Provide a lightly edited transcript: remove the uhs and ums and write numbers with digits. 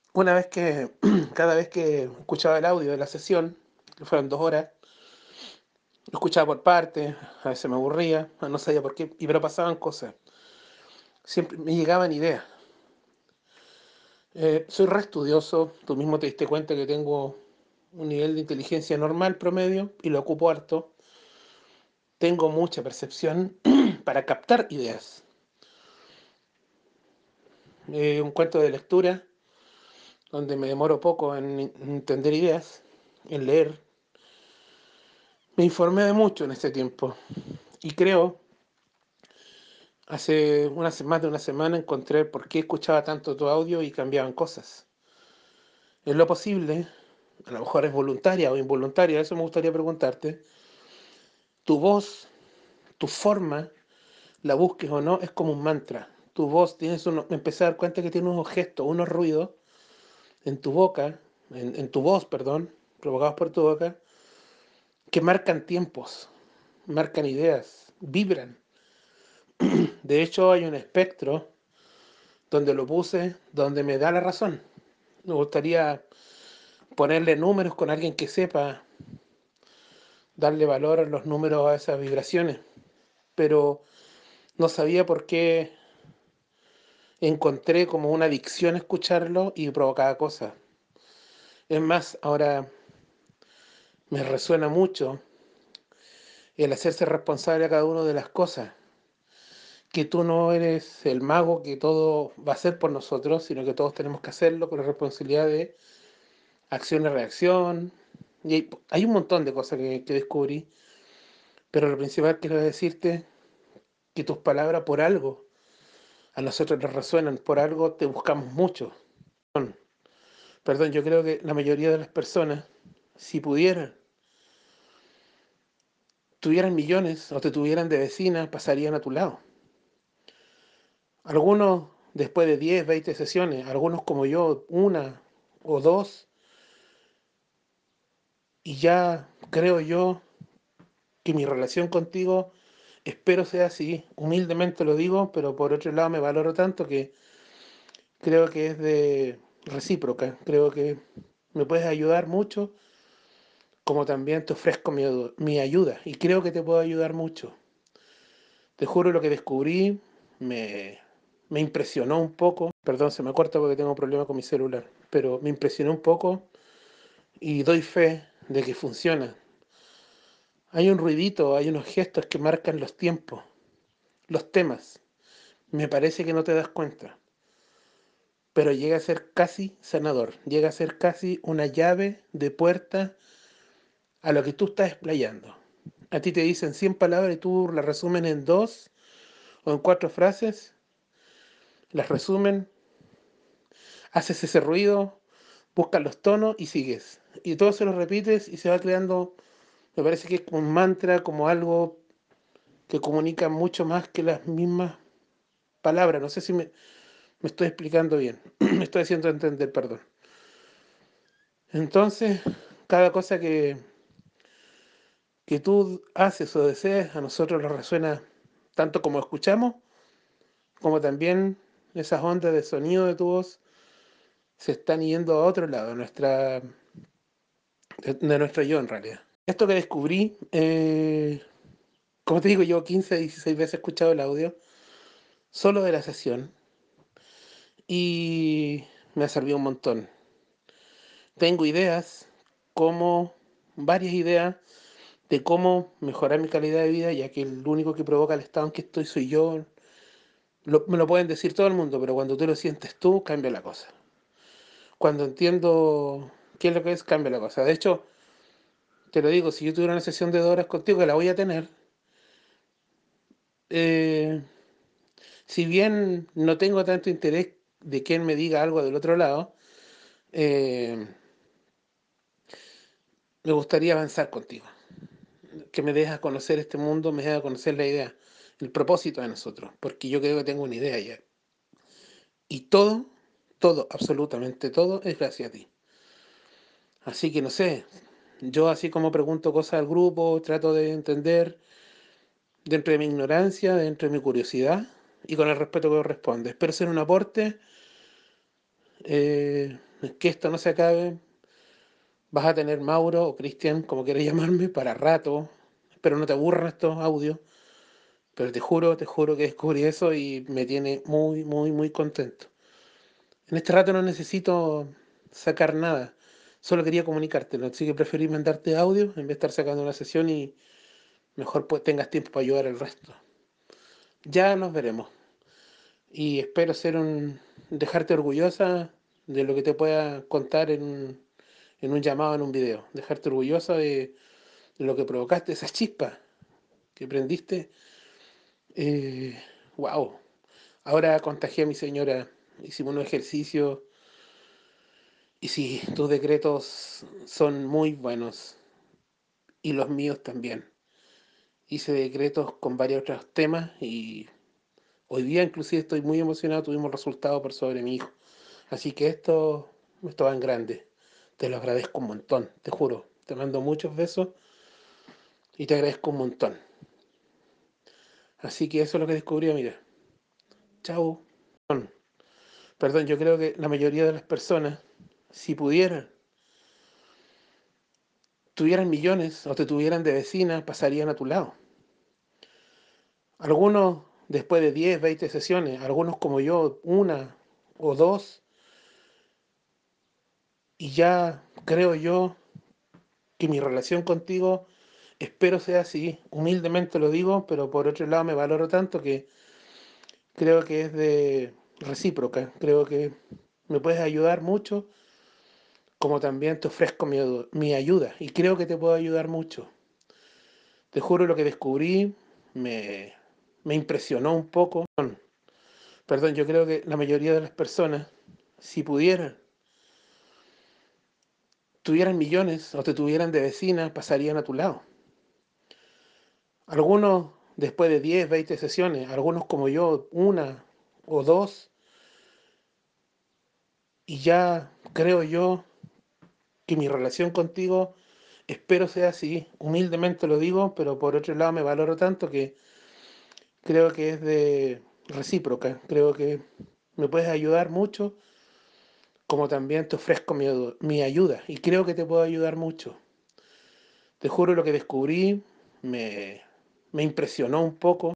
Una vez que, cada vez que escuchaba el audio de la sesión, que fueron 2 horas, lo escuchaba por partes, a veces me aburría, no sabía por qué, pero pasaban cosas. Siempre me llegaban ideas. Soy re estudioso, tú mismo te diste cuenta que tengo un nivel de inteligencia normal promedio y lo ocupo harto. Tengo mucha percepción para captar ideas. Un cuento de lectura donde me demoro poco en entender ideas, en leer. Me informé de mucho en este tiempo y creo, más de una semana encontré por qué escuchaba tanto tu audio y cambiaban cosas. En lo posible, a lo mejor es voluntaria o involuntaria, eso me gustaría preguntarte, tu voz, tu forma, la busques o no, es como un mantra. Tu voz, me empecé a dar cuenta que tiene unos gestos, unos ruidos en tu boca, en tu voz, perdón, provocados por tu boca, que marcan tiempos, marcan ideas, vibran. De hecho, hay un espectro donde lo puse, donde me da la razón. Me gustaría ponerle números con alguien que sepa darle valor a los números a esas vibraciones, pero no sabía por qué encontré como una adicción escucharlo y provocaba cosas. Es más, ahora me resuena mucho el hacerse responsable a cada una de las cosas, que tú no eres el mago que todo va a hacer por nosotros, sino que todos tenemos que hacerlo con la responsabilidad de acción y reacción. Y hay un montón de cosas que descubrí, pero lo principal quiero decirte que tus palabras por algo a nosotros nos resuenan, por algo te buscamos mucho. Perdón, yo creo que la mayoría de las personas, si pudieran, tuvieran millones o te tuvieran de vecina, pasarían a tu lado. Algunos después de 10, 20 sesiones, algunos como yo, una o dos, y ya creo yo que mi relación contigo, espero sea así, humildemente lo digo, pero por otro lado me valoro tanto que creo que es de recíproca, creo que me puedes ayudar mucho, como también te ofrezco mi ayuda, y creo que te puedo ayudar mucho. Te juro lo que descubrí me, me impresionó un poco. Perdón, se me corta porque tengo problemas con mi celular. Pero me impresionó un poco y doy fe de que funciona. Hay un ruidito, hay unos gestos que marcan los tiempos, los temas. Me parece que no te das cuenta. Pero llega a ser casi sanador. Llega a ser casi una llave de puerta a lo que tú estás explayando. A ti te dicen 100 palabras y tú las resumen en 2 o en 4 frases. Las resumen, haces ese ruido, buscas los tonos y sigues. Y todo se lo repites y se va creando, me parece que es como un mantra, como algo que comunica mucho más que las mismas palabras. No sé si me estoy explicando bien, me estoy haciendo entender, perdón. Entonces, cada cosa que tú haces o desees, a nosotros nos resuena tanto como escuchamos, como también esas ondas de sonido de tu voz se están yendo a otro lado, de nuestro yo en realidad. Esto que descubrí, como te digo, yo 15, 16 veces he escuchado el audio, solo de la sesión, y me ha servido un montón. Tengo ideas, como varias ideas de cómo mejorar mi calidad de vida, ya que el único que provoca el estado en que estoy soy yo. Me lo pueden decir todo el mundo, pero cuando tú lo sientes tú, cambia la cosa. Cuando entiendo qué es lo que es, cambia la cosa. De hecho, te lo digo, si yo tuviera una sesión de 2 horas contigo, que la voy a tener, eh, si bien no tengo tanto interés de que él me diga algo del otro lado, eh, me gustaría avanzar contigo. Que me dejes conocer este mundo, me dejes conocer la idea, el propósito de nosotros, porque yo creo que tengo una idea ya. Y todo, todo, absolutamente todo es gracias a ti. Así que no sé, yo así como pregunto cosas al grupo, trato de entender dentro de mi ignorancia, dentro de mi curiosidad y con el respeto que corresponde. Espero ser un aporte. que esto no se acabe. Vas a tener Mauro o Cristian, como quieras llamarme, para rato. Espero no te aburran estos audios, pero te juro que descubrí eso y me tiene muy, muy, muy contento. En este rato no necesito sacar nada, solo quería comunicártelo, así que preferí mandarte audio en vez de estar sacando una sesión y mejor pues tengas tiempo para ayudar al resto. Ya nos veremos y espero dejarte orgullosa de lo que te pueda contar en un llamado, en un video. Dejarte orgullosa de lo que provocaste, esa chispa que prendiste. Wow. Ahora contagié a mi señora, hicimos un ejercicio y sí, tus decretos son muy buenos y los míos también. Hice decretos con varios otros temas y hoy día inclusive estoy muy emocionado, tuvimos resultados por sobre mi hijo. Así que esto va en grande. Te lo agradezco un montón, te juro. Te mando muchos besos y te agradezco un montón. Así que eso es lo que descubrí, mira. Chao. Perdón, yo creo que la mayoría de las personas, si pudieran, tuvieran millones o te tuvieran de vecina, pasarían a tu lado. Algunos después de 10, 20 sesiones, algunos como yo, una o dos, y ya creo yo que mi relación contigo, espero sea así, humildemente lo digo, pero por otro lado me valoro tanto que creo que es de recíproca, creo que me puedes ayudar mucho, como también te ofrezco mi ayuda, y creo que te puedo ayudar mucho. Te juro lo que descubrí me, me impresionó un poco. Perdón, yo creo que la mayoría de las personas, si pudieran, tuvieran millones o te tuvieran de vecina, pasarían a tu lado. Algunos después de 10, 20 sesiones, algunos como yo, una o dos, y ya creo yo que mi relación contigo, espero sea así, humildemente lo digo, pero por otro lado me valoro tanto que creo que es de recíproca, creo que me puedes ayudar mucho, como también te ofrezco mi ayuda, y creo que te puedo ayudar mucho. Te juro lo que descubrí me impresionó un poco.